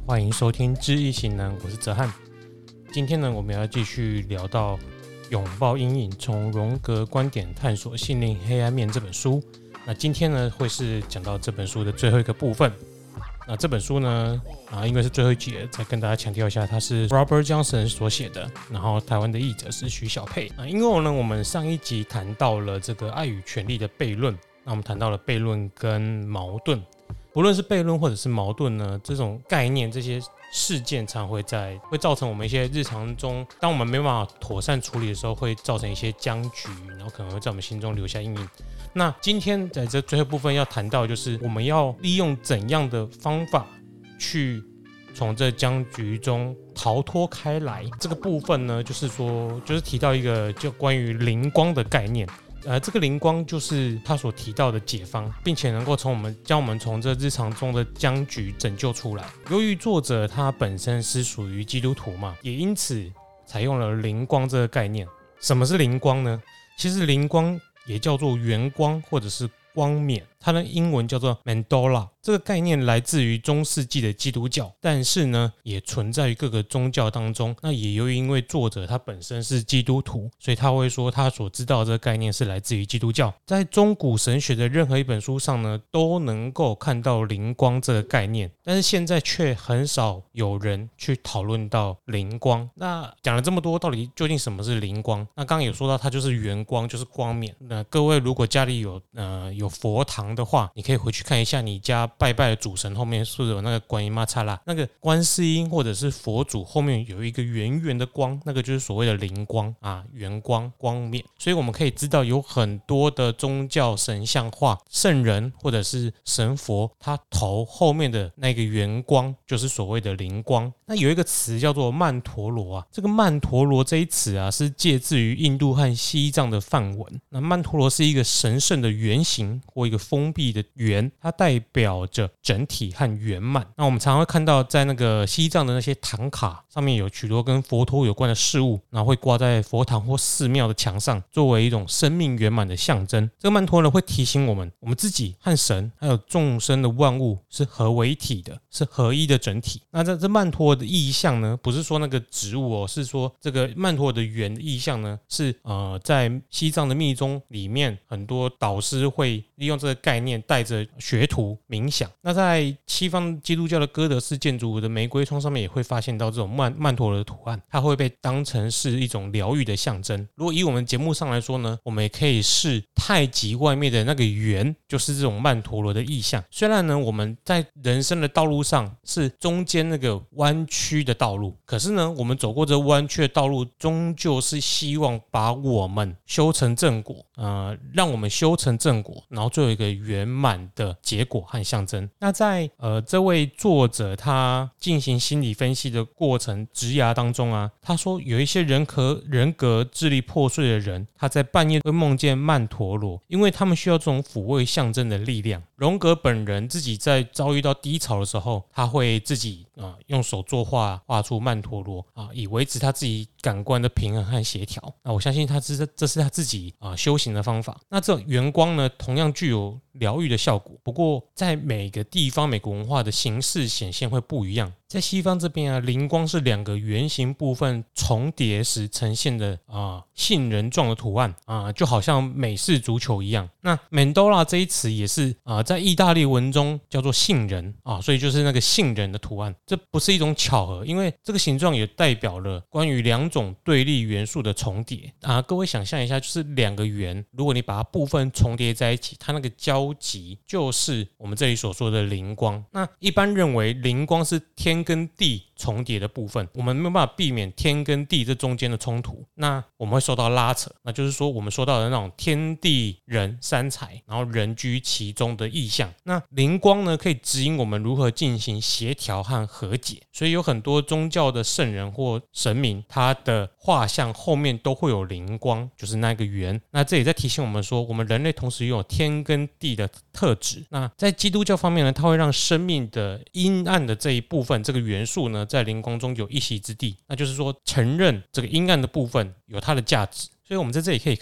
欢迎收听知易行难，我是哲翰。今天呢，我们要继续聊到《拥抱阴影：从荣格观点探索心灵黑暗面》这本书。那今天呢，会是讲到这本书的最后一个部分。那这本书呢，因为是最后一集了，再跟大家强调一下，它是 Robert Johnson 所写的，然后台湾的译者是徐小佩。因为呢，我们上一集谈到了这个爱与权力的悖论，那我们谈到了悖论跟矛盾。不论是悖论或者是矛盾呢，这种概念、这些事件常会造成我们一些日常中，当我们没办法妥善处理的时候，会造成一些僵局，然后可能会在我们心中留下阴影。那今天在这最后部分要谈到，就是我们要利用怎样的方法去从这僵局中逃脱开来。这个部分呢，就是提到一个就关于灵光的概念。这个灵光就是他所提到的解方，并且能够将我们从这日常中的僵局拯救出来。由于作者他本身是属于基督徒嘛，也因此采用了灵光这个概念。什么是灵光呢？其实灵光也叫做圆光或者是光冕，它的英文叫做 Mandala。 这个概念来自于中世纪的基督教，但是呢也存在于各个宗教当中。那也由于因为作者他本身是基督徒，所以他会说他所知道的这个概念是来自于基督教。在中古神学的任何一本书上呢，都能够看到灵光这个概念，但是现在却很少有人去讨论到灵光。那讲了这么多，到底究竟什么是灵光？那刚刚有说到它就是圆光，就是光冕。那各位如果家里有佛堂的话，你可以回去看一下你家拜拜的主神后面是不是有那个观音妈叉啦，那个观世音或者是佛祖后面有一个圆圆的光，那个就是所谓的灵光啊，圆光光冕。所以我们可以知道有很多的宗教神像画圣人或者是神佛，他头后面的那个圆光就是所谓的灵光。那有一个词叫做曼陀罗啊，这个曼陀罗这一词啊是借自于印度和西藏的梵文。那曼陀罗是一个神圣的圆形或一个封闭的圆，它代表着整体和圆满。那我们常常会看到在那个西藏的那些唐卡上面有许多跟佛陀有关的事物，然后会挂在佛堂或寺庙的墙上，作为一种生命圆满的象征。这个曼陀罗会提醒我们自己和神还有众生的万物是合为一体的，是合一的整体。那这曼陀罗的意象呢，不是说那个植物是说这个曼陀罗的圆的意象呢，是在西藏的密宗里面，很多导师会利用这个概念带着学徒冥想。那在西方基督教的哥德式建筑物的玫瑰窗上面也会发现到这种曼陀罗的图案，它会被当成是一种疗愈的象征。如果以我们节目上来说呢，我们也可以视太极外面的那个圆就是这种曼陀罗的意象。虽然呢我们在人生的道路上是中间那个弯曲的道路，可是呢我们走过这弯曲的道路，终究是希望把我们修成正果，让我们修成正果，然后最后一个圆满的结果和象征。那在这位作者他进行心理分析的过程职涯当中啊，他说有一些人格智力破碎的人，他在半夜会梦见曼陀罗，因为他们需要这种抚慰象征的力量。荣格本人自己在遭遇到低潮的时候，他会自己用手作画出曼陀罗以维持他自己感官的平衡和协调。那我相信这是他自己修行的方法。那这种圆光呢，同样具有疗愈的效果，不过在每个地方每个文化的形式显现会不一样。在西方这边灵光是两个圆形部分重叠时呈现的杏仁状的图案就好像美式足球一样。那 Mandala 这一词也是在意大利文中叫做杏仁所以就是那个杏仁的图案。这不是一种巧合，因为这个形状也代表了关于两种对立元素的重叠各位想象一下，就是两个圆，如果你把它部分重叠在一起，它那个交集就是我们这里所说的灵光。那一般认为灵光是天跟地重叠的部分，我们没有办法避免天跟地这中间的冲突，那我们会受到拉扯，那就是说我们说到的那种天地人三才，然后人居其中的意象。那灵光呢，可以指引我们如何进行协调和和解。所以有很多宗教的圣人或神明，他的画像后面都会有灵光，就是那个圆。那这也在提醒我们说，我们人类同时拥有天跟地的特质。那在基督教方面呢，它会让生命的阴暗的这一部分，这个元素呢，在灵光中有一席之地。那就是说，承认这个阴暗的部分有它的价值。所以我们在这里可以看到，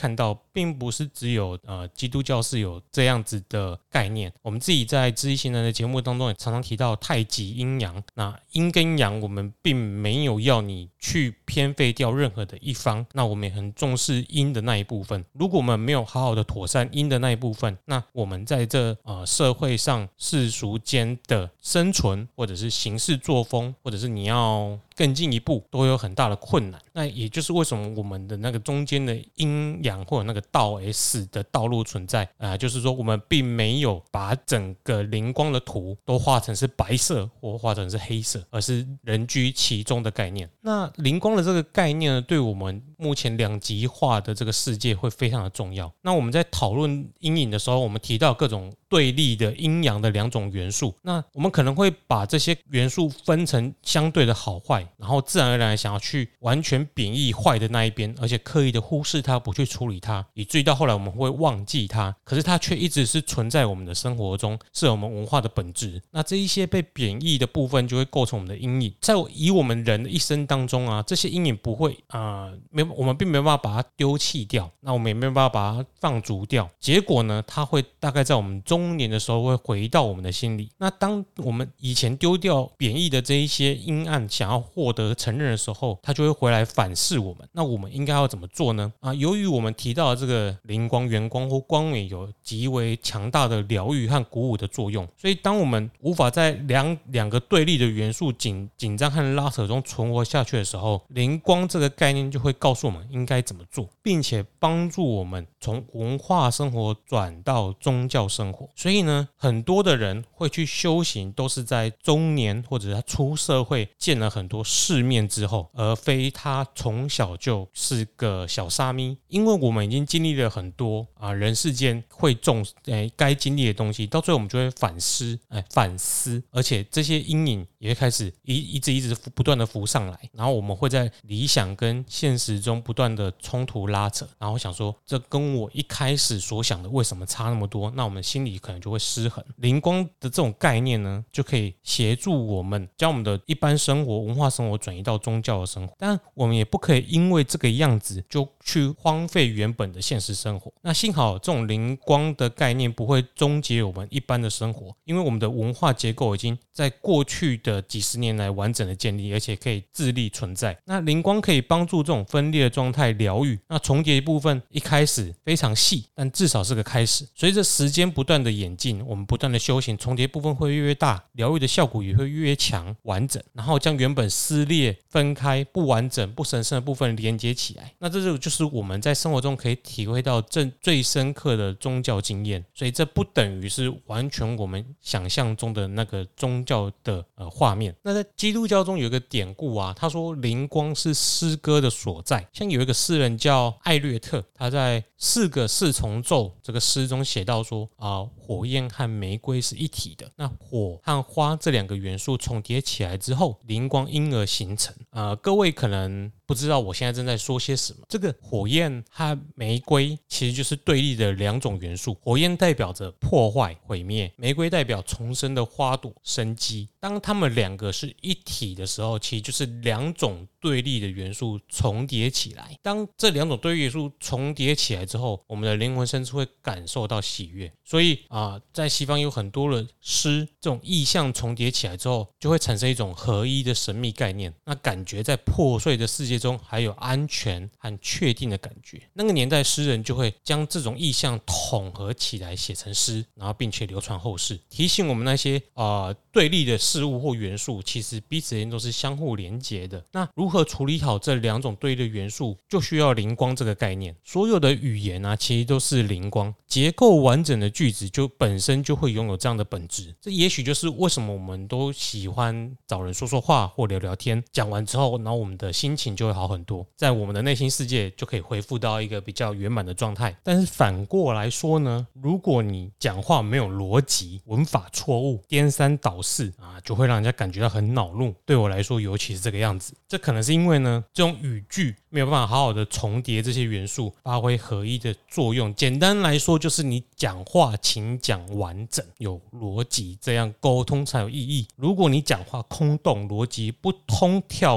并不是只有基督教是有这样子的概念。我们自己在知易行难的节目当中也常常提到太极阴阳，那阴跟阳我们并没有要你去偏废掉任何的一方，那我们也很重视阴的那一部分。如果我们没有好好的妥善阴的那一部分，那我们在这社会上世俗间的生存，或者是行事作风，或者是你要更进一步，都会有很大的困难。那也就是为什么我们的那个中间的阴阳或者那个道 S 的道路存在就是说我们并没有把整个灵光的图都画成是白色或画成是黑色，而是人居其中的概念。那灵光的这个概念呢，对我们目前两极化的这个世界会非常的重要。那我们在讨论阴影的时候，我们提到各种对立的阴阳的两种元素，那我们可能会把这些元素分成相对的好坏，然后自然而然想要去完全贬义坏的那一边，而且刻意的忽视它，不去处理它，以至于到后来我们会忘记它，可是它却一直是存在我们的生活中，是我们文化的本质。那这一些被贬义的部分就会构成我们的阴影，在以我们人的一生当中这些阴影不会我们并没有办法把它丢弃掉，那我们也没有办法把它放逐掉，结果呢，它会大概在我们中年的时候会回到我们的心里。那当我们以前丢掉贬义的这一些阴暗想要获得承认的时候，它就会回来反噬我们。那我们应该要怎么做呢？由于我们提到的这个灵光、元光或光美有极为强大的疗愈和鼓舞的作用，所以当我们无法在两个对立的元素紧张和拉扯中存活下去的时候，灵光这个概念就会告诉我们应该怎么做，并且帮助我们从文化生活转到宗教生活。所以呢，很多的人会去修行，都是在中年或者他出社会见了很多世面之后，而非他从小就是个小沙弥。因为我们已经经历了很多人世间会该经历的东西，到最后我们就会反思，而且这些阴影也会开始一直不断的浮上来，然后我们会在理想跟现实中不断的冲突拉扯，然后想说这跟我一开始所想的为什么差那么多，那我们心里可能就会失衡。灵光的这种概念呢，就可以协助我们将我们的一般生活文化生活转移到宗教的生活，但我们也不可以因为这个样子就去荒废原本的现实生活。那幸好这种灵光的概念不会终结我们一般的生活，因为我们的文化结构已经在过去的几十年来完整的建立，而且可以自立存在。那灵光可以帮助这种分裂的状态疗愈，那重叠的部分一开始非常细，但至少是个开始。随着时间不断的演进，我们不断的修行，重叠部分会越来越大，疗愈的效果也会越强完整，然后将原本撕裂分开不完整不神圣的部分连接起来。那这就是我们在生活中可以体会到最深刻的宗教经验。所以这不等于是完全我们想象中的那个宗教的画面。那在基督教中有一个典故他说灵光是诗歌的所在。像有一个诗人叫艾略特，他在4个4重奏这个诗中写到说火焰和玫瑰是一体的，那火和花这2个元素重叠起来之后，灵光因而形成。各位可能不知道我现在正在说些什么。这个火焰和玫瑰其实就是对立的2种元素，火焰代表着破坏毁灭，玫瑰代表重生的花朵生机。当它们2个是一体的时候，其实就是2种对立的元素重叠起来。当这2种对立元素重叠起来之后，我们的灵魂深处会感受到喜悦。所以在西方有很多的诗，这种意象重叠起来之后，就会产生一种合一的神秘概念。那感觉在破碎的世界中还有安全和确定的感觉。那个年代诗人就会将这种意象统合起来写成诗，然后并且流传后世，提醒我们那些对立的事物或元素其实彼此间都是相互连结的。那如何处理好这2种对立的元素，就需要灵光这个概念。所有的语言其实都是灵光，结构完整的句子就本身就会拥有这样的本质。这也许就是为什么我们都喜欢找人说说话或聊聊天，讲完之后，然后我们的心情就会好很多，在我们的内心世界就可以恢复到一个比较圆满的状态。但是反过来说呢，如果你讲话没有逻辑，文法错误，颠三倒四就会让人家感觉到很恼怒。对我来说尤其是这个样子。这可能是因为呢，这种语句没有办法好好的重叠这些元素，发挥合一的作用。简单来说就是你讲话请讲完整有逻辑，这样沟通才有意义。如果你讲话空洞，逻辑不通，跳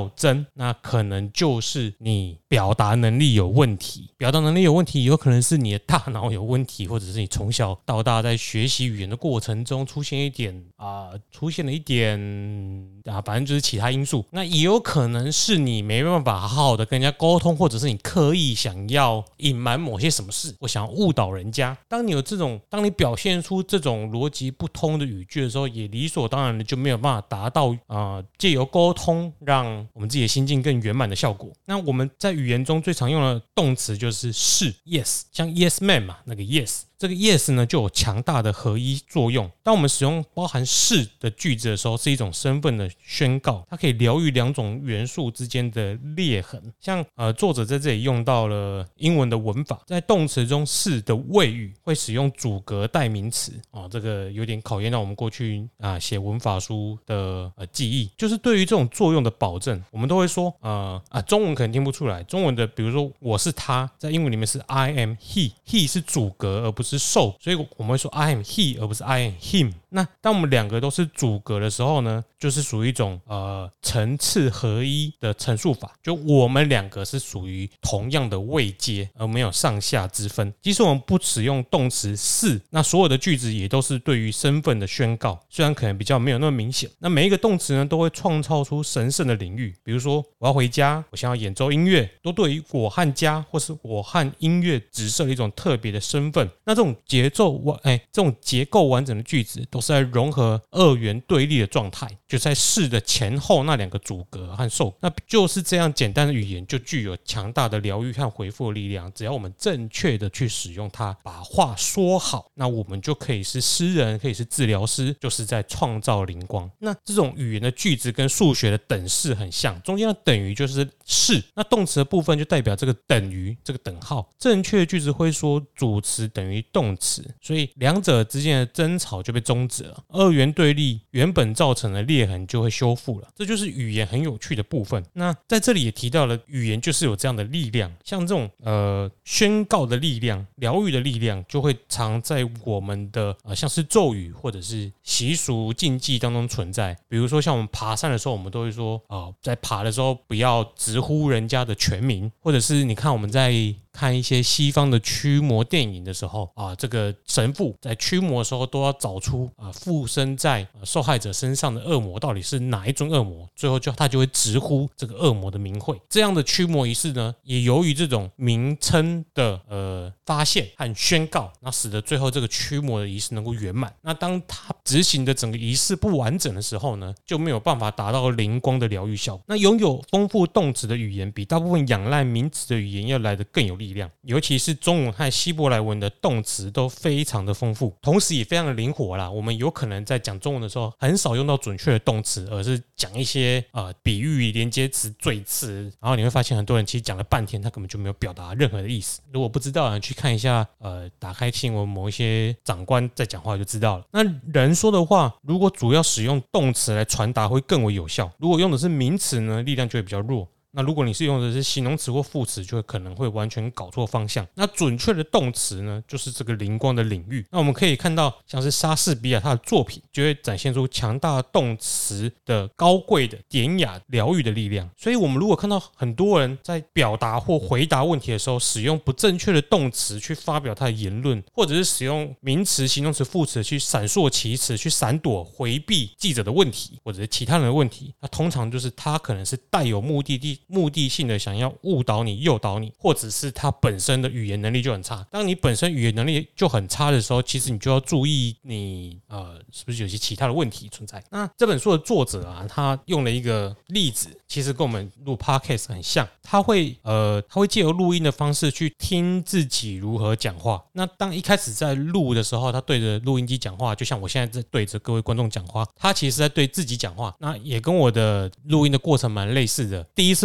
较真，那可能就是你表达能力有问题。表达能力有问题，有可能是你的大脑有问题，或者是你从小到大在学习语言的过程中出现了一点反正就是其他因素。那也有可能是你没办法好好的跟人家沟通，或者是你刻意想要隐瞒某些什么事，或想要误导人家。当你表现出这种逻辑不通的语句的时候，也理所当然的就没有办法达到借由沟通让我们自己的心境更圆满的效果。那我们在语言中最常用的动词就是是 yes， 像 yes man 嘛，那个 yes。这个 yes 呢就有强大的合一作用。当我们使用包含是的句子的时候，是一种身份的宣告，它可以疗愈两种元素之间的裂痕。像作者在这里用到了英文的文法，在动词中是的谓语会使用主格代名词这个有点考验到我们过去写文法书的记忆，就是对于这种作用的保证，我们都会说中文可能听不出来，中文的比如说我是他，在英文里面是 I am he 是主格而不是受，所以我们会说 I am he 而不是 I am him。那当我们两个都是主格的时候呢，就是属于一种层次合一的陈述法，就我们两个是属于同样的位阶，而没有上下之分。即使我们不使用动词是，那所有的句子也都是对于身份的宣告，虽然可能比较没有那么明显。那每一个动词呢，都会创造出神圣的领域，比如说我要回家，我想要演奏音乐，都对于我和家或是我和音乐指涉了一种特别的身份。那这种结构完整的句子都是在融合二元对立的状态，就在是的前后那两个主格和受。那就是这样简单的语言就具有强大的疗愈和回复的力量。只要我们正确的去使用它，把话说好，那我们就可以是诗人，可以是治疗师，就是在创造灵光。那这种语言的句子跟数学的等式很像，中间的等于就是是，那动词的部分就代表这个等于，这个等号。正确的句子会说主词等于动词，所以两者之间的争吵就被终止了，二元对立原本造成的裂痕就会修复了。这就是语言很有趣的部分。那在这里也提到了，语言就是有这样的力量，像这种宣告的力量、疗愈的力量，就会常在我们的像是咒语或者是习俗禁忌当中存在。比如说像我们爬山的时候，我们都会说在爬的时候不要直呼人家的全名，或者是你看我们在看一些西方的驱魔电影的时候这个神父在驱魔的时候都要找出附身在受害者身上的恶魔到底是哪一尊恶魔，最后他就会直呼这个恶魔的名讳。这样的驱魔仪式呢，也由于这种名称的发现和宣告，那使得最后这个驱魔的仪式能够圆满。那当他执行的整个仪式不完整的时候呢，就没有办法达到灵光的疗愈效果。那拥有丰富动词的语言，比大部分仰赖名词的语言要来得更有力量，尤其是中文和希伯来文的动词都非常的丰富，同时也非常的灵活啦。我们有可能在讲中文的时候很少用到准确的动词，而是讲一些比喻、连接词、赘词，然后你会发现很多人其实讲了半天，他根本就没有表达任何的意思。如果不知道去看一下打开新闻某一些长官在讲话就知道了。那人说的话，如果主要使用动词来传达会更为有效，如果用的是名词呢，力量就会比较弱。那如果你是用的是形容词或副词，就会可能会完全搞错方向。那准确的动词呢，就是这个灵光的领域。那我们可以看到，像是莎士比亚他的作品，就会展现出强大的动词的高贵的、典雅、疗愈的力量。所以，我们如果看到很多人在表达或回答问题的时候，使用不正确的动词去发表他的言论，或者是使用名词、形容词、副词去闪烁其词，去闪躲、回避记者的问题，或者是其他人的问题，那通常就是他可能是带有目的性的想要误导你、诱导你，或者是他本身的语言能力就很差。当你本身语言能力就很差的时候，其实你就要注意你是不是有些其他的问题存在。那这本书的作者他用了一个例子，其实跟我们录 podcast 很像。他会借由录音的方式去听自己如何讲话。那当一开始在录的时候，他对着录音机讲话，就像我现在在对着各位观众讲话，他其实在对自己讲话。那也跟我的录音的过程蛮类似的。第一次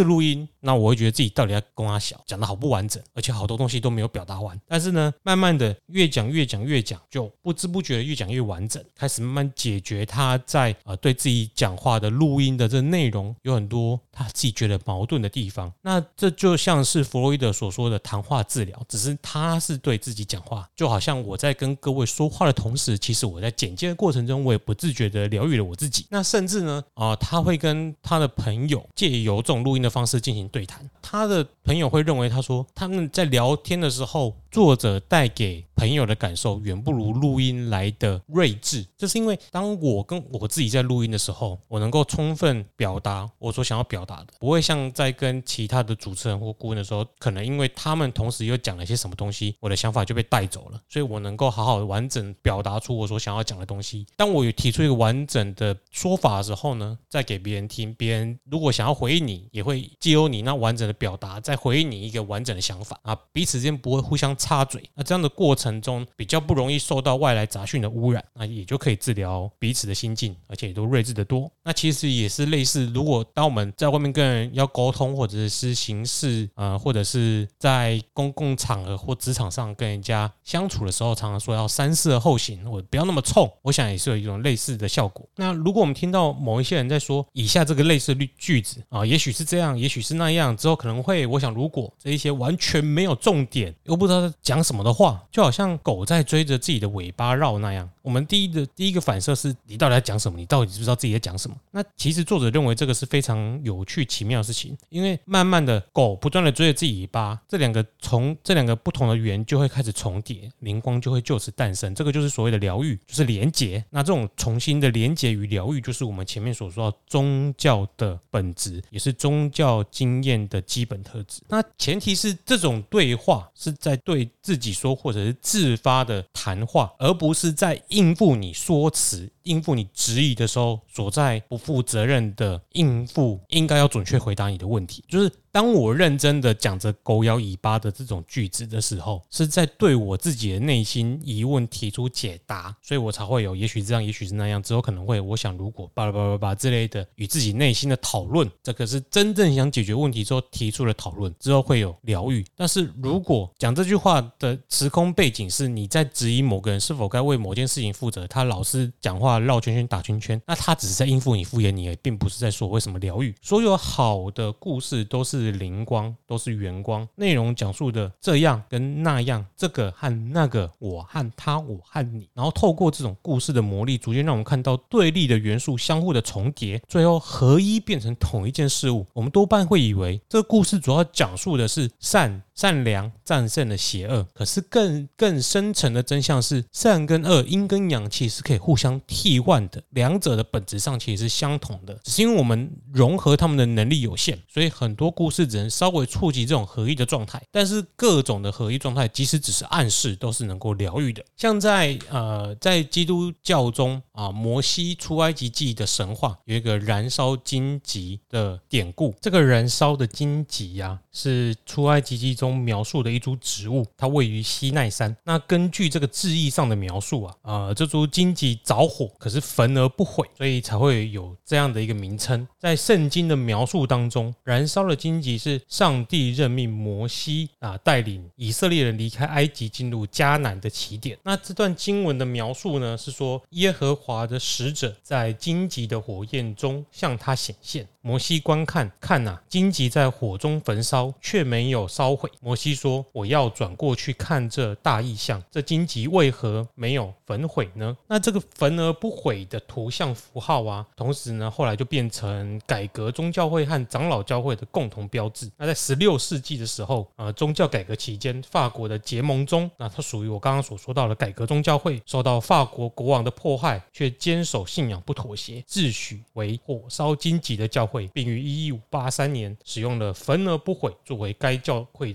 录音，那我会觉得自己到底在供他小，讲的好不完整，而且好多东西都没有表达完。但是呢，慢慢的越讲，就不知不觉的越讲越完整，开始慢慢解决他在对自己讲话的录音的这内容有很多他自己觉得矛盾的地方。那这就像是弗洛伊德所说的谈话治疗，只是他是对自己讲话，就好像我在跟各位说话的同时，其实我在简介的过程中，我也不自觉的疗愈了我自己。那甚至呢，他会跟他的朋友借由这种录音的方式进行对谈。他的朋友会认为他说他们在聊天的时候，作者带给朋友的感受远不如录音来的睿智。这是因为当我跟我自己在录音的时候，我能够充分表达我所想要表达的，不会像在跟其他的主持人或顾问的时候，可能因为他们同时又讲了一些什么东西，我的想法就被带走了，所以我能够好好的完整表达出我所想要讲的东西。当我有提出一个完整的说法的时候呢，再给别人听，别人如果想要回应你，也会藉由你那完整的表达，再回应你一个完整的想法啊，彼此之间不会互相插嘴。那这样的过程中比较不容易受到外来杂讯的污染，那也就可以治疗彼此的心境，而且也都睿智的多。那其实也是类似，如果当我们在外面跟人要沟通，或者是行事或者是在公共场合或职场上跟人家相处的时候，常常说要三思而后行，我不要那么冲，我想也是有一种类似的效果。那如果我们听到某一些人在说以下这个类似的句子也许是这样，也许是那样，之后可能会，我想如果这一些完全没有重点又不知道在讲什么的话，就好像狗在追着自己的尾巴绕那样，我们第一个反射是你到底在讲什么，你到底知不知道自己在讲什么。那其实作者认为这个是非常有趣奇妙的事情，因为慢慢的狗不断的追着自己尾巴，这两个不同的圆就会开始重叠，灵光就会就此诞生。这个就是所谓的疗愈，就是连结。那这种重新的连结与疗愈，就是我们前面所说到宗教的本质，也是宗教经验的基本特质。那前提是这种对话是在对自己说，或者是自发的谈话，而不是在应付你说辞、应付你质疑的时候所在不负责任的应付应该要准确回答你的问题。就是当我认真的讲着狗咬尾巴的这种句子的时候，是在对我自己的内心疑问提出解答，所以我才会有也许这样也许是那样，之后可能会我想如果巴拉巴拉巴拉之类的与自己内心的讨论。这个是真正想解决问题之后提出的讨论，之后会有疗愈。但是如果讲这句话的时空背景是你在质疑某个人是否该为某件事情负责，他老是讲话绕圈圈打圈圈，那他只是在应付你、敷衍你，并不是在说为什么疗愈。所有好的故事都是灵光，都是圆光，内容讲述的这样跟那样，这个和那个，我和他，我和你，然后透过这种故事的魔力，逐渐让我们看到对立的元素相互的重叠，最后合一变成同一件事物。我们多半会以为这个故事主要讲述的是善良战胜了邪恶，可是更深层的真相是，善跟恶、阴跟阳其实是可以互相替换的，两者的本质上其实是相同的，只是因为我们融合他们的能力有限，所以很多故事只能稍微触及这种合一的状态。但是各种的合一状态，即使只是暗示，都是能够疗愈的。像在基督教中摩西出埃及记的神话有一个燃烧荆棘的典故，这个燃烧的荆棘是出埃及记中描述的一株植物，它位于西奈山。那根据这个字义上的描述这株荆棘着火，可是焚而不毁，所以才会有这样的一个名称。在圣经的描述当中，燃烧的荆棘是上帝任命摩西带领以色列人离开埃及进入迦南的起点。那这段经文的描述呢，是说耶和华的使者在荆棘的火焰中向他显现，摩西观看，荆棘在火中焚烧，却没有烧毁。摩西说，我要转过去看这大异象，这荆棘为何没有焚毁呢？那这个焚而不毁的图像符号同时呢，后来就变成改革宗教会和长老教会的共同标志。那在16世纪的时候宗教改革期间，法国的结盟中，那它属于我刚刚所说到的改革宗教会，受到法国国王的迫害，却坚守信仰不妥协，自诩为火烧荆棘的教会，并于1183年使用了焚而不毁作为该教会的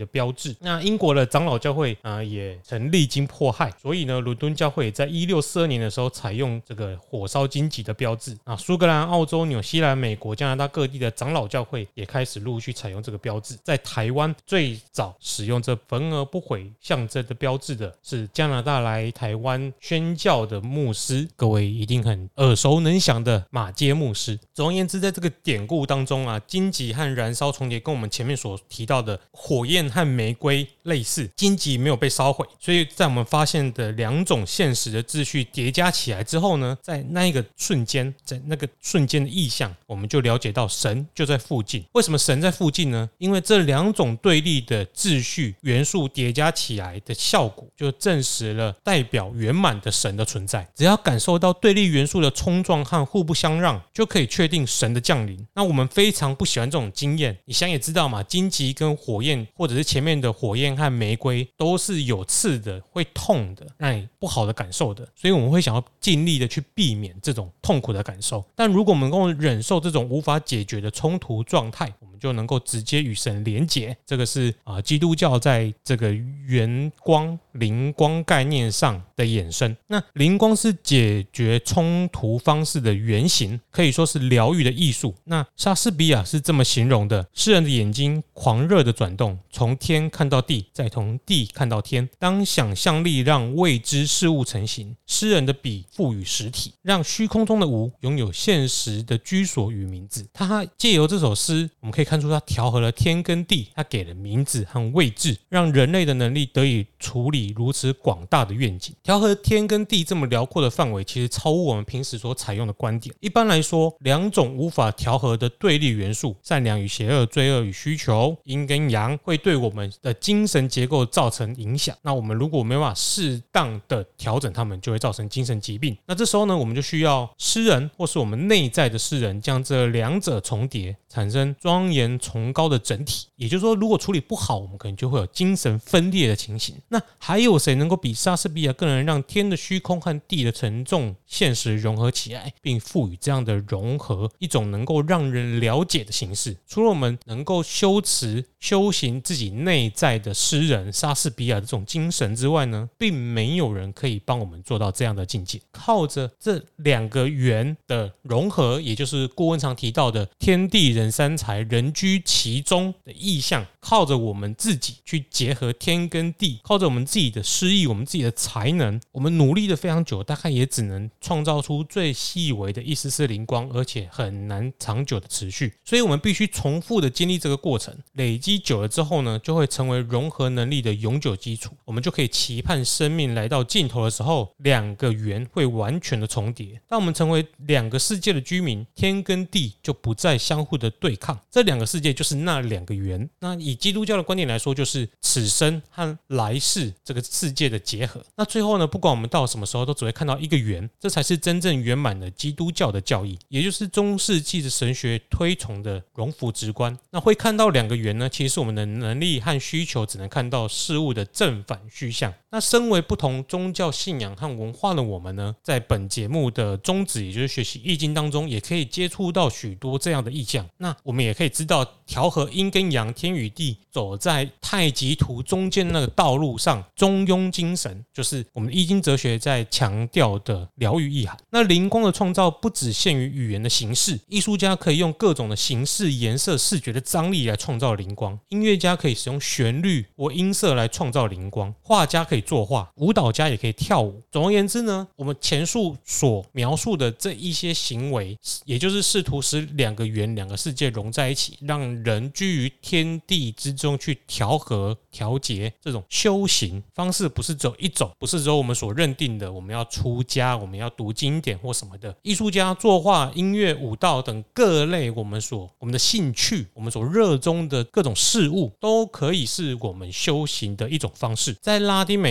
的标志。那英国的长老教会也曾历经迫害，所以呢，伦敦教会也在1642年的时候采用这个火烧荆棘的标志。苏格兰、澳洲、纽西兰、美国、加拿大各地的长老教会也开始陆续采用这个标志。在台湾最早使用这焚而不毁象征的标志的是加拿大来台湾宣教的牧师，各位一定很耳熟能详的马偕牧师。总而言之，在这个典故当中荆棘和燃烧重叠，跟我们前面所提到的火焰和玫瑰类似，荆棘没有被烧毁，所以在我们发现的两种现实的秩序叠加起来之后呢，在那一个瞬间，在那个瞬间的意象，我们就了解到神就在附近。为什么神在附近呢？因为这两种对立的秩序元素叠加起来的效果，就证实了代表圆满的神的存在。只要感受到对立元素的冲撞和互不相让，就可以确定神的降临。那我们非常不喜欢这种经验，你想也知道嘛，荆棘跟火焰，或者是前面的火焰和玫瑰，都是有刺的，会痛的，让你不好的感受的，所以我们会想要尽力的去避免这种痛苦的感受。但如果我们能够忍受这种无法解决的冲突状态，我们就能够直接与神连结。这个是基督教在这个圆光灵光概念上的衍生。那灵光是解决冲突方式的原型，可以说是疗愈的艺术。那莎士比亚是这么形容的：诗人的眼睛狂热的转动，从天看到地，再从地看到天。当想象力让未知事物成型，诗人的笔赋予实体，让虚空中的无拥有现实的居所与名字。他借由这首诗，我们可以看出他调和了天跟地，他给了名字和位置，让人类的能力得以处理如此广大的愿景。调和天跟地这么辽阔的范围，其实超乎我们平时所采用的观点。一般来说，两种无法调和的对立元素，善良与邪恶、罪恶与需求、阴跟阳，会对我们的精神结构造成影响。那我们如果没办法适当的调整它们，就会造成精神疾病。那这时候呢，我们就需要诗人或是我们内在的诗人，将这两者重叠，产生庄严崇高的整体。也就是说，如果处理不好，我们可能就会有精神分裂的情形。那还有谁能够比莎士比亚更能让天的虚空和地的沉重现实融合起来，并赋予这样的融合一种能够让人了解的形式？除了我们能够修持修行自己内在的诗人莎士比亚的这种精神之外呢，并没有人可以帮我们做到这样的境界。靠着这两个元的融合，也就是顾问常提到的天地人三才人居其中的意象，靠着我们自己去结合天跟地，靠着我们自己的诗意，我们自己的才能，我们努力的非常久，大概也只能创造出最细微的一丝丝灵光，而且很难长久的持续。所以我们必须重复的经历这个过程，累积久了之后呢，就会成为融合能力的永久基础。我们就可以期盼生命来到尽头的时候，两个圆会完全的重叠。当我们成为两个世界的居民，天跟地就不再相互的对抗，这两个世界就是那两个圆。那以基督教的观点来说，就是此生和来世这个世界的结合。那最后呢，不管我们到什么时候，都只会看到一个圆，这才是真正圆满的基督教的教义，也就是中世纪的神学推崇的荣福直观。那会看到两个圆呢，其实是我们的能力和需求只能看到事物的正反虚像。那身为不同宗教信仰和文化的我们呢，在本节目的宗旨，也就是学习易经当中，也可以接触到许多这样的意象。那我们也可以知道，调和阴跟阳、天与地，走在太极图中间那个道路上，中庸精神就是我们易经哲学在强调的疗愈意涵。那灵光的创造不只限于语言的形式，艺术家可以用各种的形式、颜色、视觉的张力来创造灵光，音乐家可以使用旋律或音色来创造灵光，画家可以作画，舞蹈家也可以跳舞。总而言之呢，我们前述所描述的这一些行为，也就是试图使两个圆、两个世界融在一起，让人居于天地之中去调和、调节。这种修行方式不是只有一种，不是只有我们所认定的我们要出家、我们要读经典或什么的。艺术家作画、音乐、舞蹈等各类我们的兴趣、我们所热衷的各种事物，都可以是我们修行的一种方式。在拉丁美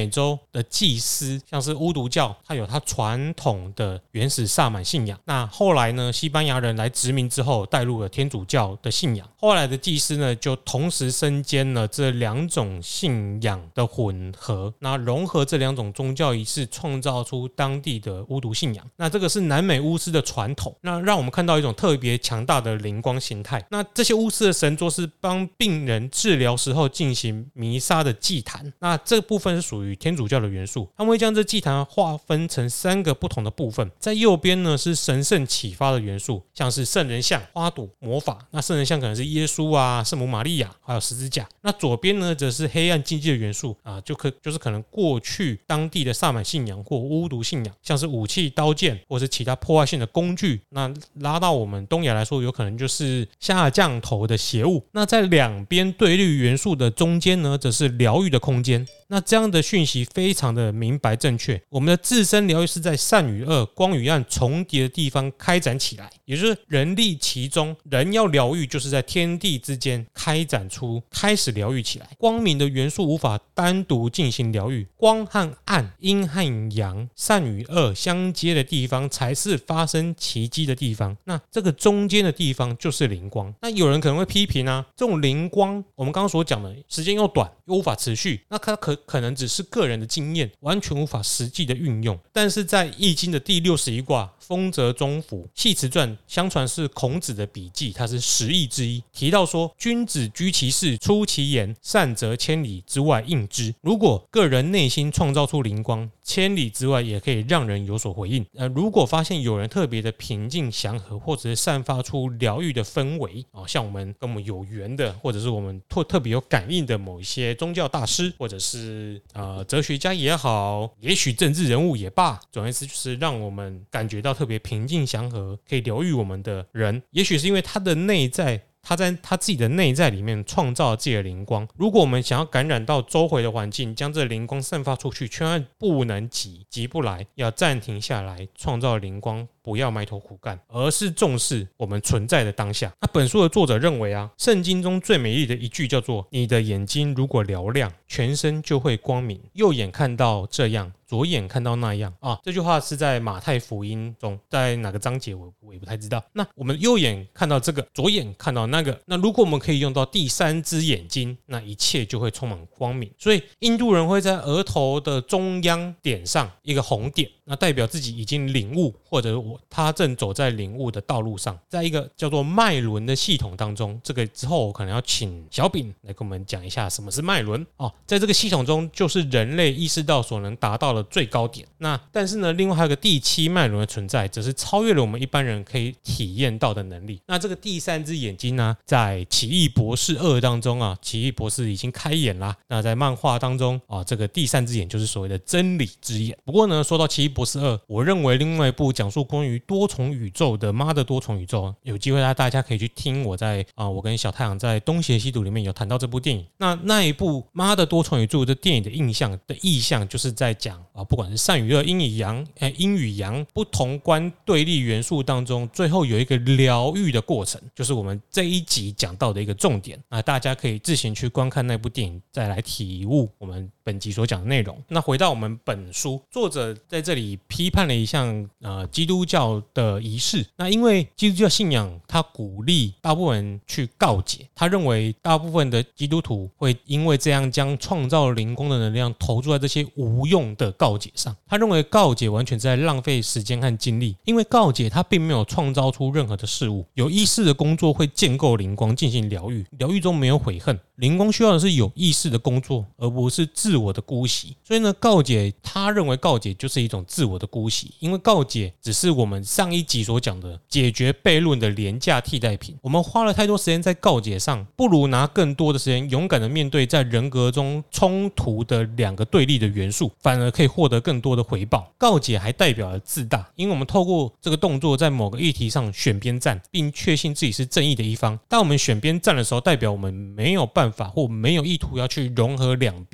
美洲的祭司，像是巫毒教，它有它传统的原始萨满信仰。那后来呢，西班牙人来殖民之后，带入了天主教的信仰。后来的祭司呢，就同时身兼了这两种信仰的混合，那融合这两种宗教仪式，创造出当地的巫毒信仰。那这个是南美巫师的传统，那让我们看到一种特别强大的灵光形态。那这些巫师的神桌是帮病人治疗时候进行弥撒的祭坛，那这部分是属于天主教的元素。他们会将这祭坛划分成3个不同的部分，在右边呢是神圣启发的元素，像是圣人像、花朵、魔法。那圣人像可能是耶稣啊、圣母玛利亚，还有十字架。那左边呢则是黑暗禁忌的元素啊，就是可能过去当地的萨满信仰或巫毒信仰，像是武器、刀剑或是其他破坏性的工具。那拉到我们东亚来说，有可能就是下降头的邪物。那在两边对立元素的中间呢，则是疗愈的空间。那这样的讯息非常的明白正确，我们的自身疗愈是在善与恶、光与暗重叠的地方开展起来，也就是人立其中。人要疗愈，就是在天地之间开始疗愈起来。光明的元素无法单独进行疗愈，光和暗、阴和阳、善与恶相接的地方，才是发生奇迹的地方。那这个中间的地方就是灵光。那有人可能会批评啊，这种灵光，我们刚刚所讲的时间又短，又无法持续，那它可能只是个人的经验，完全无法实际的运用。但是在易经的第61卦丰泽中府系辞传，相传是孔子的笔记，它是10义之一，提到说君子居其事，出其言，善则千里之外应之。如果个人内心创造出灵光，千里之外也可以让人有所回应。如果发现有人特别的平静祥和，或者是散发出疗愈的氛围，像跟我们有缘的，或者是我们特别有感应的某一些宗教大师，或者是哲学家也好，也许政治人物也罢，总而言之就是让我们感觉到特别平静祥和，可以疗愈我们的人，也许是因为他的内在，他在他自己的内在里面创造了自己的灵光。如果我们想要感染到周围的环境，将这灵光散发出去，千万不能急不来，要暂停下来，创造灵光，不要埋头苦干，而是重视我们存在的当下。那本书的作者认为啊，圣经中最美丽的一句叫做：你的眼睛如果嘹亮，全身就会光明，右眼看到这样，左眼看到那样啊。这句话是在马太福音中，在哪个章节我也不太知道。那我们右眼看到这个，左眼看到那个，那如果我们可以用到第3只眼睛，那一切就会充满光明。所以印度人会在额头的中央点上一个红点，那代表自己已经领悟，或者他正走在领悟的道路上。在一个叫做脉轮的系统当中，这个之后我可能要请小炳来跟我们讲一下什么是脉轮在这个系统中，就是人类意识到所能达到的最高点。那但是呢，另外还有个第7脉轮的存在，则是超越了我们一般人可以体验到的能力。那这个第3只眼睛呢，在奇异博士2当中奇异博士已经开眼啦。那在漫画当中这个第3只眼就是所谓的真理之眼。不过呢，说到奇异博士2，我认为另外一部讲述关于多重宇宙的妈的多重宇宙，有机会大家可以去听我跟小太阳在东邪西毒里面有谈到这部电影。那一部妈的多重宇宙的电影的意象就是在讲不管是善与恶、阴与阳不同观对立元素当中，最后有一个疗愈的过程，就是我们这一集讲到的一个重点。大家可以自行去观看那部电影，再来体悟我们本集所讲的内容。那回到我们本书，作者在这里批判了一项基督教的仪式。那因为基督教信仰他鼓励大部分人去告解，他认为大部分的基督徒会因为这样将创造灵光的能量投注在这些无用的告解上。他认为告解完全在浪费时间和精力，因为告解他并没有创造出任何的事物。有意识的工作会建构灵光，进行疗愈，疗愈中没有悔恨。灵光需要的是有意识的工作，而不是自我的姑息。所以呢，他认为告解就是一种自我的姑息，因为告解只是我们上一集所讲的解决悖论的廉价替代品。我们花了太多时间在告解上，不如拿更多的时间勇敢的面对在人格中冲突的2个对立的元素，反而可以获得更多的回报。告解还代表了自大，因为我们透过这个动作在某个议题上选边站，并确信自己是正义的一方。当我们选边站的时候，代表我们没有办法或没有意图要去融合两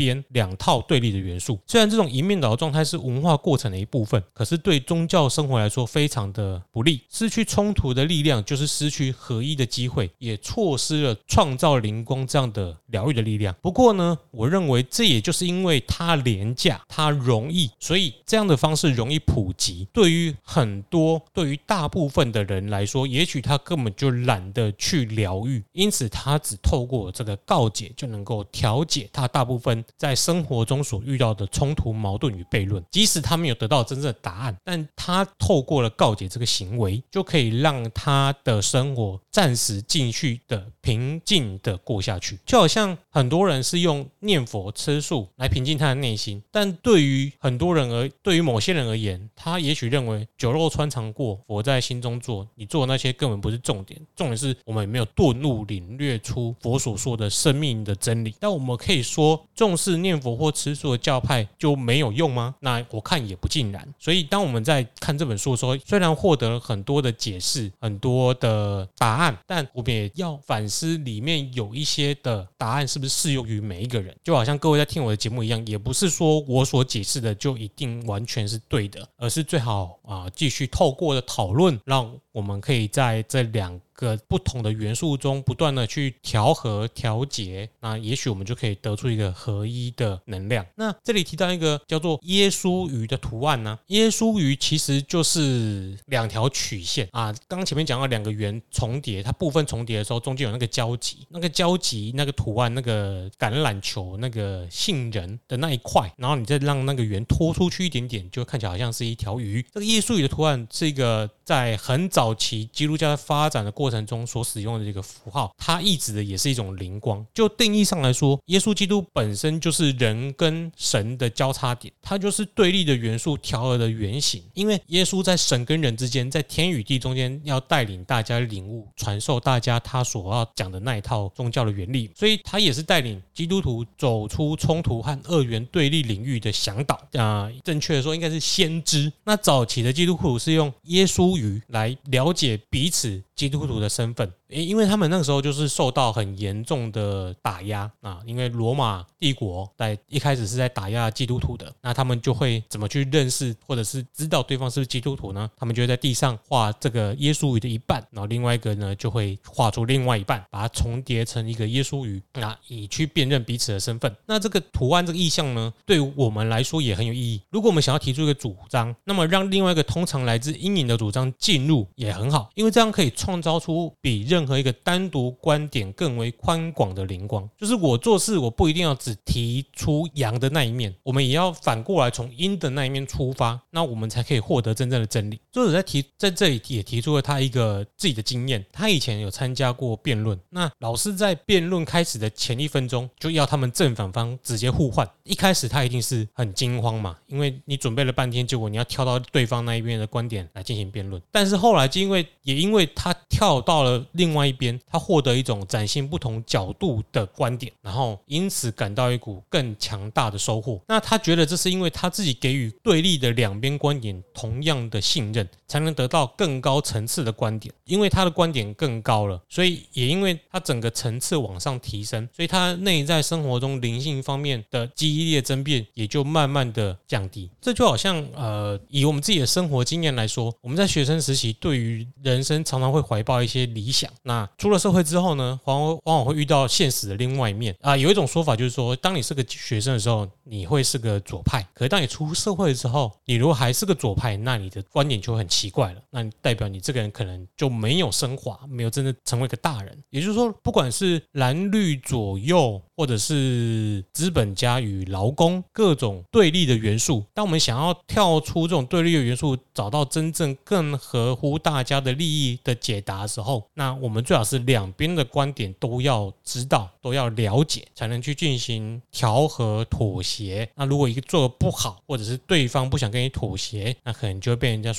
两套对立的元素。虽然这种一面倒的状态是文化过程的一部分，可是对宗教生活来说非常的不利。失去冲突的力量，就是失去合一的机会，也错失了创造灵光这样的疗愈的力量。不过呢，我认为这也就是因为它廉价，它容易，所以这样的方式容易普及。对于大部分的人来说，也许他根本就懒得去疗愈，因此他只透过这个告解就能够调解他大部分在生活中所遇到的冲突、矛盾与悖论。即使他没有得到真正的答案，但他透过了告解这个行为，就可以让他的生活暂时继续的平静的过下去。就好像很多人是用念佛吃素来平静他的内心，但对于某些人而言，他也许认为酒肉穿肠过，佛在心中坐，你做的那些根本不是重点，重点是我们有没有顿悟领略出佛所说的生命的真理。但我们可以说重视念佛或吃素的教派就没有用吗？那我看也不尽然。所以当我们在看这本书的时候，虽然获得了很多的解释，很多的答案，但我们也要反思里面有一些的答案是不是适用于每一个人。就好像各位在听我的节目一样，也不是说我所解释的就一定完全是对的，而是最好继续透过的讨论，让我们可以在这两个不同的元素中不断的去调和调节，那也许我们就可以得出一个合一的能量。那这里提到一个叫做耶稣鱼的图案呢，耶稣鱼其实就是两条曲线刚前面讲到两个圆重叠，它部分重叠的时候中间有那个交集，那个图案，那个橄榄球，那个杏仁的那一块，然后你再让那个圆拖出去一点点，就看起来好像是一条鱼。这个耶稣鱼的图案是一个在很早期基督教在发展的过程中所使用的这个符号，它意指的也是一种灵光。就定义上来说，耶稣基督本身就是人跟神的交叉点，它就是对立的元素调和的原型。因为耶稣在神跟人之间，在天与地中间，要带领大家领悟、传授大家他所要讲的那一套宗教的原理，所以他也是带领基督徒走出冲突和二元对立领域的向导。正确的说应该是先知。那早期的基督徒是用耶稣鱼来了解彼此基督徒的身份，因为他们那个时候就是受到很严重的打压因为罗马帝国在一开始是在打压基督徒的，那他们就会怎么去认识或者是知道对方是不是基督徒呢？他们就会在地上画这个耶稣鱼的一半，然后另外一个呢就会画出另外一半，把它重叠成一个耶稣鱼，以去辨认彼此的身份。那这个图案这个意象呢，对我们来说也很有意义。如果我们想要提出一个主张，那么让另外一个通常来自阴影的主张进入也很好，因为这样可以创造出比任何一个单独观点更为宽广的灵光。就是我做事我不一定要只提出阳的那一面，我们也要反过来从阴的那一面出发，那我们才可以获得真正的真理。作者在这里也提出了他一个自己的经验，他以前有参加过辩论，那老师在辩论开始的前1分钟就要他们正反方直接互换。一开始他一定是很惊慌嘛，因为你准备了半天，结果你要跳到对方那一边的观点来进行辩论。但是后来因为他跳到了另外一边，他获得一种展现不同角度的观点，然后因此感到一股更强大的收获。那他觉得这是因为他自己给予对立的两边观点同样的信任，才能得到更高层次的观点。因为他的观点更高了，所以也因为他整个层次往上提升，所以他内在生活中灵性方面的激烈争辩也就慢慢的降低。这就好像以我们自己的生活经验来说，我们在学生时期对于人生常常会怀抱一些理想，那出了社会之后呢，往往会遇到现实的另外一面有一种说法就是说，当你是个学生的时候，你会是个左派，可是当你出社会之后，你如果还是个左派，那你的观点就很奇怪了，那代表你这个人可能就没有升华，没有真的成为一个大人。也就是说，不管是蓝绿左右，或者是资本家与劳工各种对立的元素，当我们想要跳出这种对立的元素，找到真正更合乎大家的利益的解答的时候，那我们最好是两边的观点都要知道，都要了解，才能去进行调和妥协。那如果一个做得不好，或者是对方不想跟你妥协，那可能就会被人家说是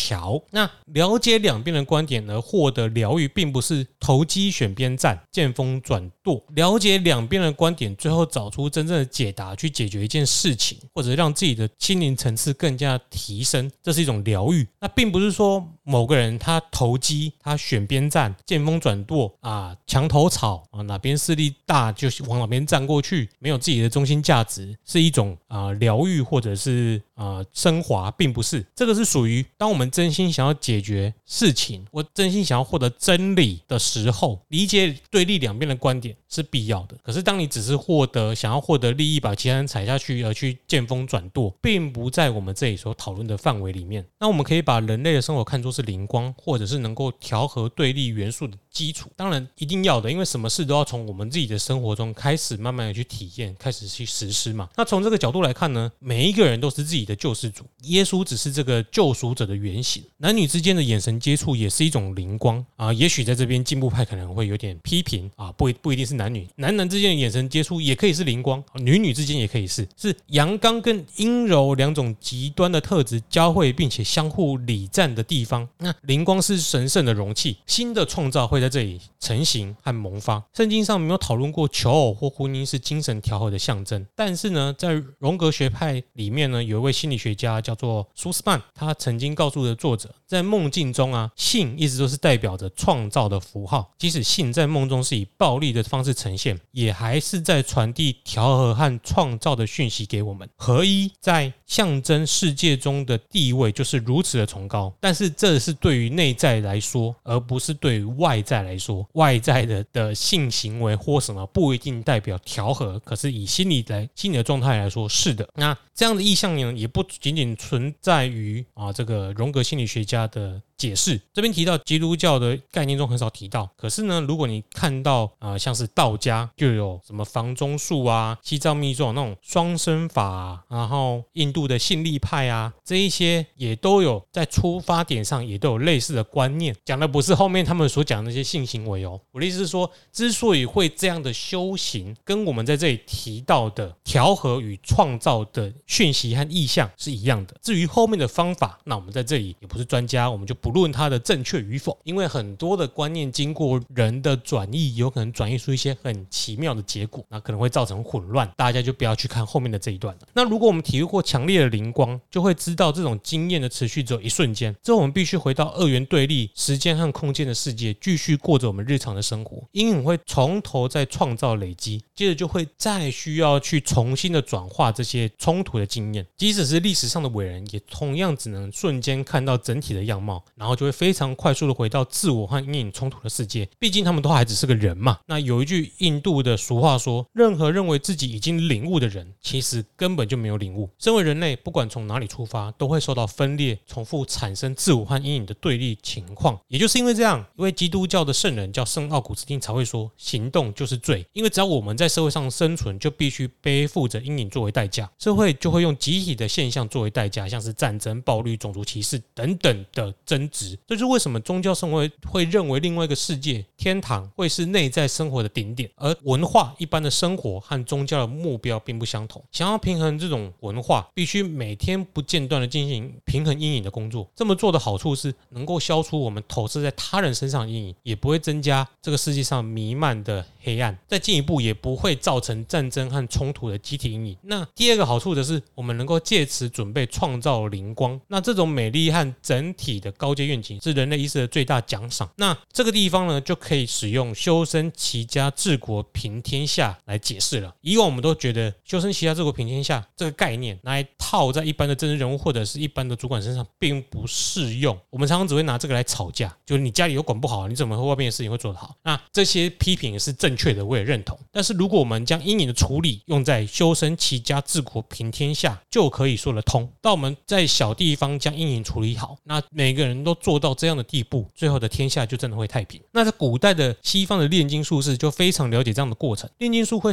桥。那了解两边的观点而获得疗愈，并不是投机选边站、见风转舵。了解两边的观点，最后找出真正的解答，去解决一件事情，或者让自己的心灵层次更加提升，这是一种疗愈。那并不是说某个人他投机，他选边站、见风转舵啊，墙头草啊，哪边势力大就往哪边站过去，没有自己的中心价值，是一种疗愈或者是升华，并不是。这个是属于当我们真心想要解决事情，我真心想要获得真理的时候，理解对立两边的观点是必要的。可是当你只是想要获得利益，把其他人踩下去而去见风转舵，并不在我们这里所讨论的范围里面。那我们可以把人类的生活看作是灵光，或者是能够调和对立元素的基础。当然一定要的，因为什么事都要从我们自己的生活中开始慢慢的去体验，开始去实施嘛。那从这个角度来看呢，每一个人都是自己的救世主，耶稣只是这个救赎者的原型。男女之间的眼神接触也是一种灵光啊。也许在这边进步派可能会有点批评啊，不一定是男女，男男之间的眼神接触也可以是灵光，女女之间也可以是阳刚跟阴柔两种极端的特质交汇并且相互礼赞的地方。那灵光是神圣的容器，新的创造会在这里成型和萌发。圣经上没有讨论过求偶或婚姻是精神调和的象征，但是呢，在荣格学派里面呢，有一位心理学家叫做苏斯曼，他曾经告诉的作者，在梦境中性一直都是代表着创造的符号，即使性在梦中是以暴力的方式呈现，也还是在传递调和和创造的讯息给我们。合一在象征世界中的地位就是如此的崇高，但是这是对于内在来说，而不是对于外在来说。外在的性行为或什么不一定代表调和，可是以心理的状态来说是的。那这样的意象呢，也不仅仅存在于这个荣格心理学家的解释。这边提到基督教的概念中很少提到，可是呢，如果你看到像是道家就有什么房中术啊、西藏密宗那种双生法然后印度的信力派这一些也都有在出发点上也都有类似的观念，讲的不是后面他们所讲的那些性行为哦。我的意思是说，之所以会这样的修行，跟我们在这里提到的调和与创造的讯息和意象是一样的。至于后面的方法，那我们在这里也不是专家，我们就不论它的正确与否，因为很多的观念经过人的转译，有可能转译出一些很奇妙的结果，那可能会造成混乱，大家就不要去看后面的这一段了。那如果我们体会过强烈的灵光，就会知道这种经验的持续只有一瞬间，之后我们必须回到二元对立时间和空间的世界，继续过着我们日常的生活。阴影会从头再创造累积，接着就会再需要去重新的转化这些冲突的经验。即使是历史上的伟人，也同样只能瞬间看到整体的样貌，然后就会非常快速的回到自我和阴影冲突的世界。毕竟他们都还只是个人嘛。那有一句印度的俗话说，任何认为自己已经领悟的人，其实根本就没有领悟。身为人类，不管从哪里出发，都会受到分裂、重复产生自我和阴影的对立情况。也就是因为这样，一位基督教的圣人叫圣奥古斯丁才会说，行动就是罪。因为只要我们在社会上生存，就必须背负着阴影作为代价，社会就会用集体的现象作为代价，像是战争、暴力、种族歧视等等的争执。这就是为什么宗教生活会认为另外一个世界天堂会是内在生活的顶点，而文化一般的生活和宗教的目标并不相同。想要平衡这种文化，必须每天不间断的进行平衡阴影的工作。这么做的好处是能够消除我们投射在他人身上的阴影，也不会增加这个世界上弥漫的黑暗，再进一步也不会造成战争和冲突的集体阴影。那第二个好处则是我们能够借此准备创造灵光。那这种美丽和整体的高阶愿景是人类意识的最大奖赏。那这个地方呢，就可以使用修身齐家治国平天下来解释了。以往我们都觉得修身齐家治国平天下这个概念拿来套在一般的政治人物或者是一般的主管身上并不适用，我们常常只会拿这个来吵架，就是你家里又管不好，你怎么外面的事情会做得好？那这些批评是正确的，我也认同。但是如果我们将阴影的处理用在修身齐家治国平天下，就可以说得通。当我们在小地方将阴影处理好，那每个人都做到这样的地步，最后的天下就真的会太平。那在古代的西方的炼金术士就非常了解这样的过程，炼金术会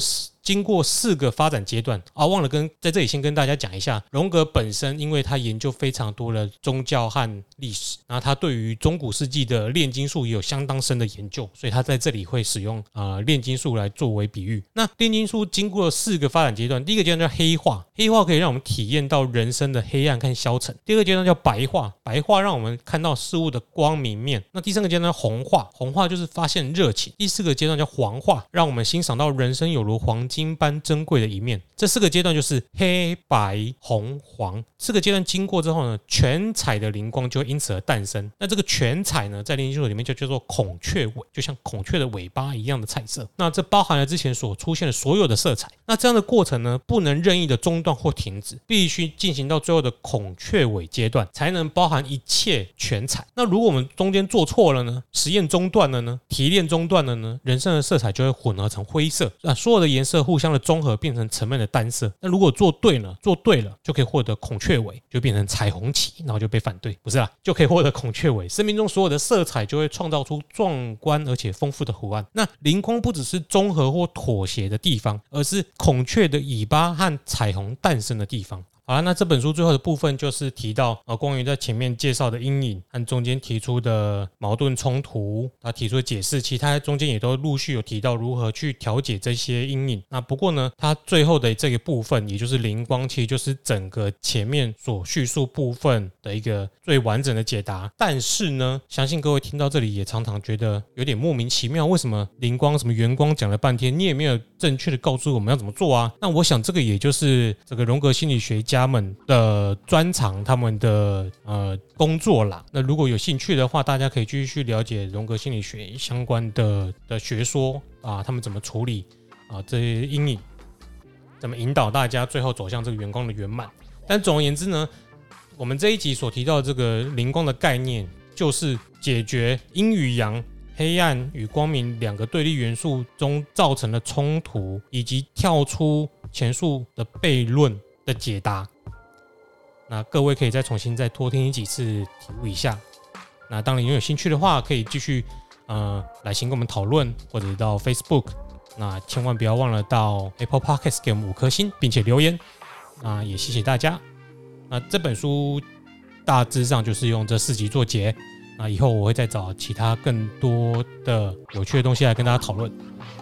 经过4个发展阶段啊，忘了在这里先跟大家讲一下，荣格本身因为他研究非常多的宗教和历史，然后他对于中古世纪的炼金术也有相当深的研究，所以他在这里会使用炼金术来作为比喻。那炼金术经过了4个发展阶段，第一个阶段叫黑化，黑化可以让我们体验到人生的黑暗和消沉；第二个阶段叫白化，白化让我们看到事物的光明面；那第3个阶段叫红化，红化就是发现热情；第4个阶段叫黄化，让我们欣赏到人生有如黄金般珍贵的一面。这4个阶段就是黑白红黄4个阶段经过之后呢，全彩的灵光就会因此而诞生。那这个全彩呢，在炼金术里面就叫做孔雀尾，就像孔雀的尾巴一样的彩色。那这包含了之前所出现的所有的色彩。那这样的过程呢，不能任意的中断或停止，必须进行到最后的孔雀尾阶段，才能包含一切全彩。那如果我们中间做错了呢，实验中断了呢，提炼中断了呢，人生的色彩就会混合成灰色，所有的颜色互相的综合变成沉闷的单色。那如果做对了就可以获得孔雀尾，就变成彩虹旗，然后就被反对，不是啦，就可以获得孔雀尾。生命中所有的色彩就会创造出壮观而且丰富的图案。那灵光不只是综合或妥协的地方，而是孔雀的尾巴和彩虹诞生的地方。好了，那这本书最后的部分就是提到关于在前面介绍的阴影和中间提出的矛盾冲突，他提出的解释，其实他中间也都陆续有提到如何去调解这些阴影。那不过呢，他最后的这个部分，也就是灵光，其实就是整个前面所叙述部分的一个最完整的解答。但是呢，相信各位听到这里也常常觉得有点莫名其妙，为什么灵光什么圆光讲了半天，你也没有正确的告诉我们要怎么做啊？那我想这个也就是这个荣格心理学家们的专长，他们的工作啦。那如果有兴趣的话，大家可以继续了解荣格心理学相关的学说啊，他们怎么处理这些阴影，怎么引导大家最后走向这个圆光的圆满。但总而言之呢，我们这一集所提到的这个灵光的概念，就是解决阴与阳、黑暗与光明2个对立元素中造成的冲突，以及跳出前述的悖论的解答。那各位可以再重新多听几次，体悟一下。那当然有兴趣的话，可以继续来信跟我们讨论，或者到 Facebook。那千万不要忘了到 Apple Podcast 给我们5颗星，并且留言。那也谢谢大家。那这本书大致上就是用这4集做结。那以后我会再找其他更多的有趣的东西来跟大家讨论。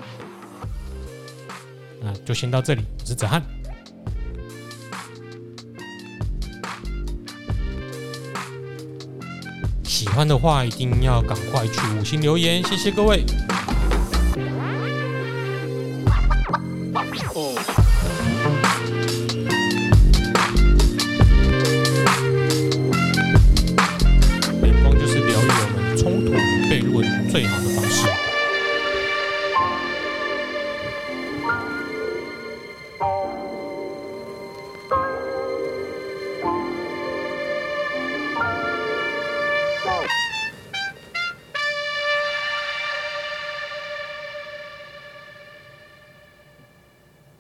那就先到这里，我是子翰。喜欢的话一定要赶快去5星留言，谢谢各位。